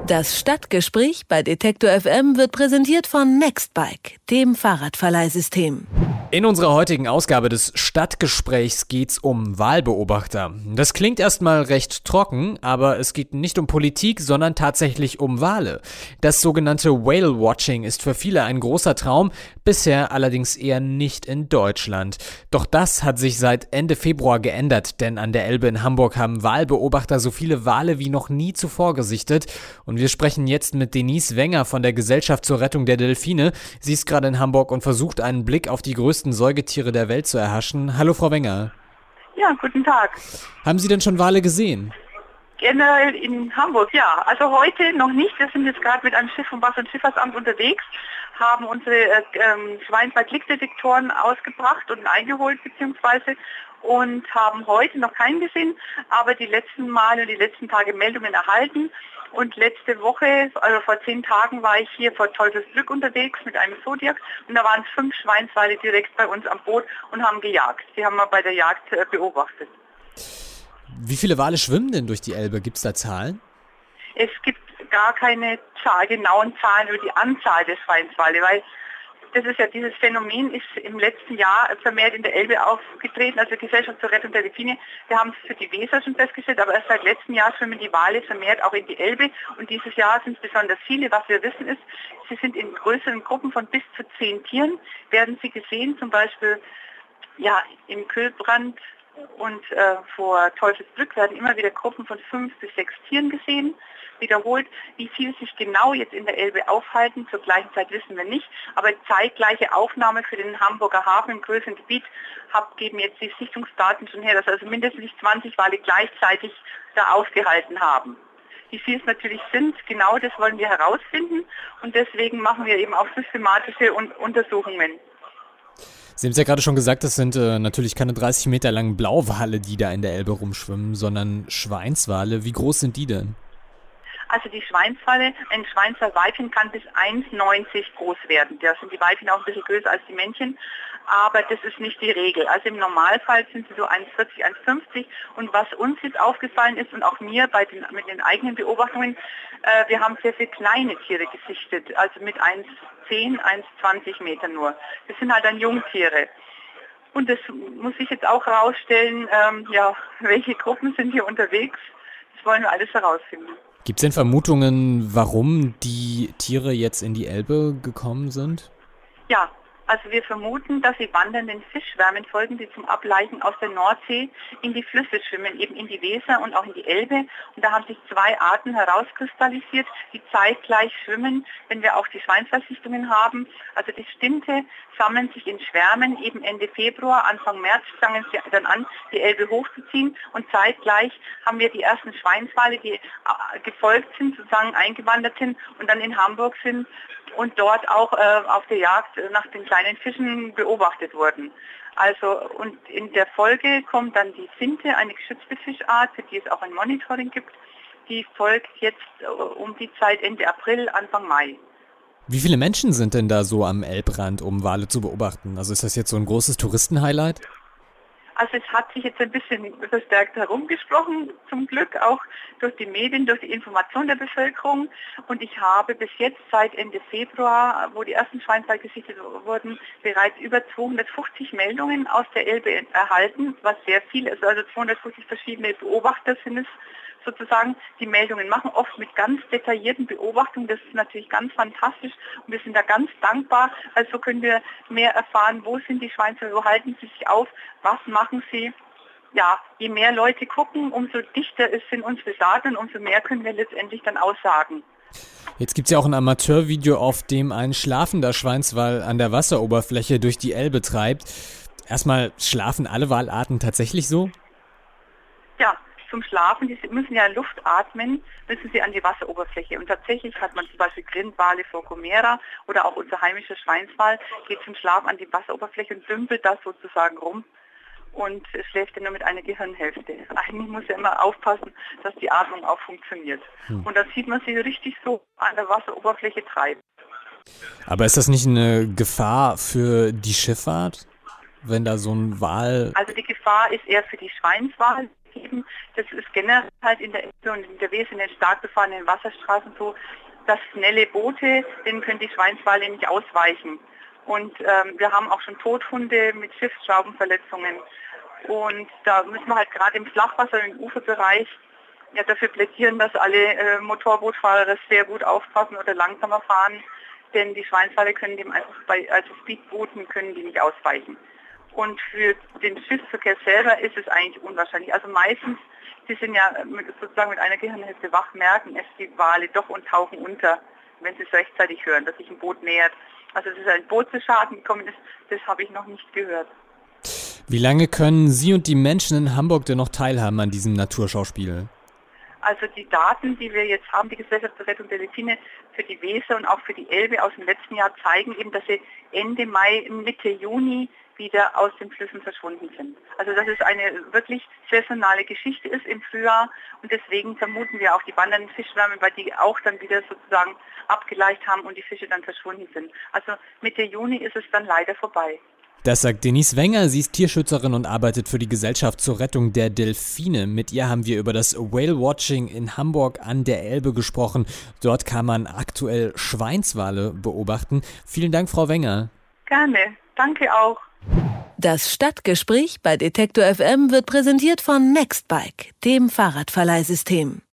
Das Stadtgespräch bei Detektor FM wird präsentiert von Nextbike, dem Fahrradverleihsystem. In unserer heutigen Ausgabe des Stadtgesprächs geht's um Wahlbeobachter. Das klingt erstmal recht trocken, aber es geht nicht um Politik, sondern tatsächlich um Wale. Das sogenannte Whale-Watching ist für viele ein großer Traum, bisher allerdings eher nicht in Deutschland. Doch das hat sich seit Ende Februar geändert, denn an der Elbe in Hamburg haben Wahlbeobachter so viele Wale wie noch nie zuvor gesichtet. Und wir sprechen jetzt mit Denise Wenger von der Gesellschaft zur Rettung der Delfine. Sie ist gerade in Hamburg und versucht einen Blick auf die größten Säugetiere der Welt zu erhaschen. Hallo Frau Wenger. Ja, guten Tag. Haben Sie denn schon Wale gesehen? Generell in Hamburg, ja. Also heute noch nicht. Wir sind jetzt gerade mit einem Schiff vom Wasser- und Schifffahrtsamt unterwegs, haben unsere Schweinswald-Klickdetektoren ausgebracht und eingeholt beziehungsweise und haben heute noch keinen gesehen, aber die letzten Male, die letzten Tage Meldungen erhalten. Und letzte Woche, also vor 10 Tagen, war ich hier vor Teufelsbrück unterwegs mit einem Zodiac und da waren 5 Schweinswale direkt bei uns am Boot und haben gejagt. Die haben wir bei der Jagd beobachtet. Wie viele Wale schwimmen denn durch die Elbe? Gibt es da Zahlen? Es gibt gar keine genauen Zahlen über die Anzahl der Schweinswale, weil das ist ja, dieses Phänomen ist im letzten Jahr vermehrt in der Elbe aufgetreten, also Gesellschaft zur Rettung der Delfine. Wir haben es für die Weser schon festgestellt, aber erst seit letztem Jahr schwimmen die Wale vermehrt auch in die Elbe. Und dieses Jahr sind es besonders viele. Was wir wissen ist, sie sind in größeren Gruppen von bis zu 10 Tieren, werden sie gesehen, zum Beispiel ja, im Kühlbrand und vor Teufelsbrück werden immer wieder Gruppen von 5 bis 6 Tieren gesehen. Wiederholt, wie viel sich genau jetzt in der Elbe aufhalten, zur gleichen Zeit wissen wir nicht, aber zeitgleiche Aufnahme für den Hamburger Hafen im größeren Gebiet geben jetzt die Sichtungsdaten schon her, dass also mindestens 20 Wale gleichzeitig da aufgehalten haben. Wie viel es natürlich sind, genau das wollen wir herausfinden und deswegen machen wir eben auch systematische Untersuchungen. Sie haben es ja gerade schon gesagt, das sind natürlich keine 30 Meter langen Blauwale, die da in der Elbe rumschwimmen, sondern Schweinswale. Wie groß sind die denn? Also die Schweinswale, ein Schweinswalweibchen kann bis 1,90 groß werden. Da sind die Weibchen auch ein bisschen größer als die Männchen, aber das ist nicht die Regel. Also im Normalfall sind sie so 1,40, 1,50 und was uns jetzt aufgefallen ist und auch mir mit den eigenen Beobachtungen, wir haben sehr viele kleine Tiere gesichtet, also mit 1,10, 1,20 Meter nur. Das sind halt dann Jungtiere. Und das muss ich jetzt auch herausstellen, welche Gruppen sind hier unterwegs. Das wollen wir alles herausfinden. Gibt es denn Vermutungen, warum die Tiere jetzt in die Elbe gekommen sind? Ja, also wir vermuten, dass sie wandernden Fischschwärmen folgen, die zum Ableichen aus der Nordsee in die Flüsse schwimmen, eben in die Weser und auch in die Elbe. Und da haben sich 2 Arten herauskristallisiert, die zeitgleich schwimmen, wenn wir auch die Schweinswaldsichtungen haben. Also die Stinte sammeln sich in Schwärmen, eben Ende Februar, Anfang März fangen sie dann an, die Elbe hochzuziehen und zeitgleich haben wir die ersten Schweinswale, die gefolgt sind, sozusagen eingewandert sind und dann in Hamburg sind und dort auch auf der Jagd nach den kleinen Fischen beobachtet wurden. Also und in der Folge kommt dann die Finte, eine geschützte Fischart, für die es auch ein Monitoring gibt. Die folgt jetzt um die Zeit Ende April, Anfang Mai. Wie viele Menschen sind denn da so am Elbrand, um Wale zu beobachten? Also ist das jetzt so ein großes Touristenhighlight? Also es hat sich jetzt ein bisschen verstärkt herumgesprochen, zum Glück auch durch die Medien, durch die Information der Bevölkerung. Und ich habe bis jetzt seit Ende Februar, wo die ersten Schweinswale gesichtet wurden, bereits über 250 Meldungen aus der Elbe erhalten, was sehr viel ist. Also 250 verschiedene Beobachter sind es sozusagen, die Meldungen machen, oft mit ganz detaillierten Beobachtungen. Das ist natürlich ganz fantastisch und wir sind da ganz dankbar. Also können wir mehr erfahren, wo sind die Schweinswale, wo halten sie sich auf, was machen sie. Ja, je mehr Leute gucken, umso dichter sind unsere Daten und umso mehr können wir letztendlich dann aussagen. Jetzt gibt es ja auch ein Amateurvideo, auf dem ein schlafender Schweinswal an der Wasseroberfläche durch die Elbe treibt. Erstmal, schlafen alle Walarten tatsächlich so? Ja, zum Schlafen, die müssen ja Luft atmen, müssen sie an die Wasseroberfläche. Und tatsächlich hat man zum Beispiel Grindwale vor Gomera oder auch unser heimischer Schweinswal geht zum Schlafen an die Wasseroberfläche und dümpelt da sozusagen rum und schläft dann nur mit einer Gehirnhälfte. Eigentlich muss er immer aufpassen, dass die Atmung auch funktioniert. Und dann sieht man sie richtig so an der Wasseroberfläche treiben. Aber ist das nicht eine Gefahr für die Schifffahrt, wenn da so ein Wal... Also die Gefahr ist eher für die Schweinswale. geben. Das ist generell halt in der Elbe und in der Weser in den stark befahrenen Wasserstraßen so, dass schnelle Boote, denen können die Schweinswale nicht ausweichen. Und wir haben auch schon Tothunde mit Schiffsschraubenverletzungen. Und da müssen wir halt gerade im Flachwasser, im Uferbereich, ja dafür plädieren, dass alle Motorbootfahrer sehr gut aufpassen oder langsamer fahren. Denn die Schweinswale können dem einfach also Speedbooten können die nicht ausweichen. Und für den Schiffsverkehr selber ist es eigentlich unwahrscheinlich. Also meistens, die sind ja sozusagen mit einer Gehirnhälfte wach, merken es die Wale doch und tauchen unter, wenn sie es rechtzeitig hören, dass sich ein Boot nähert. Also dass es ein Boot zu Schaden gekommen ist, das habe ich noch nicht gehört. Wie lange können Sie und die Menschen in Hamburg denn noch teilhaben an diesem Naturschauspiel? Also die Daten, die wir jetzt haben, die Gesellschaft zur Rettung der Delfine für die Weser und auch für die Elbe aus dem letzten Jahr zeigen eben, dass sie Ende Mai, Mitte Juni wieder aus den Flüssen verschwunden sind. Also dass es eine wirklich saisonale Geschichte ist im Frühjahr und deswegen vermuten wir auch die wandernden Fischschwärme, weil die auch dann wieder sozusagen abgeleicht haben und die Fische dann verschwunden sind. Also Mitte Juni ist es dann leider vorbei. Das sagt Denise Wenger, sie ist Tierschützerin und arbeitet für die Gesellschaft zur Rettung der Delfine. Mit ihr haben wir über das Whale-Watching in Hamburg an der Elbe gesprochen. Dort kann man aktuell Schweinswale beobachten. Vielen Dank, Frau Wenger. Gerne, danke auch. Das Stadtgespräch bei Detektor FM wird präsentiert von Nextbike, dem Fahrradverleihsystem.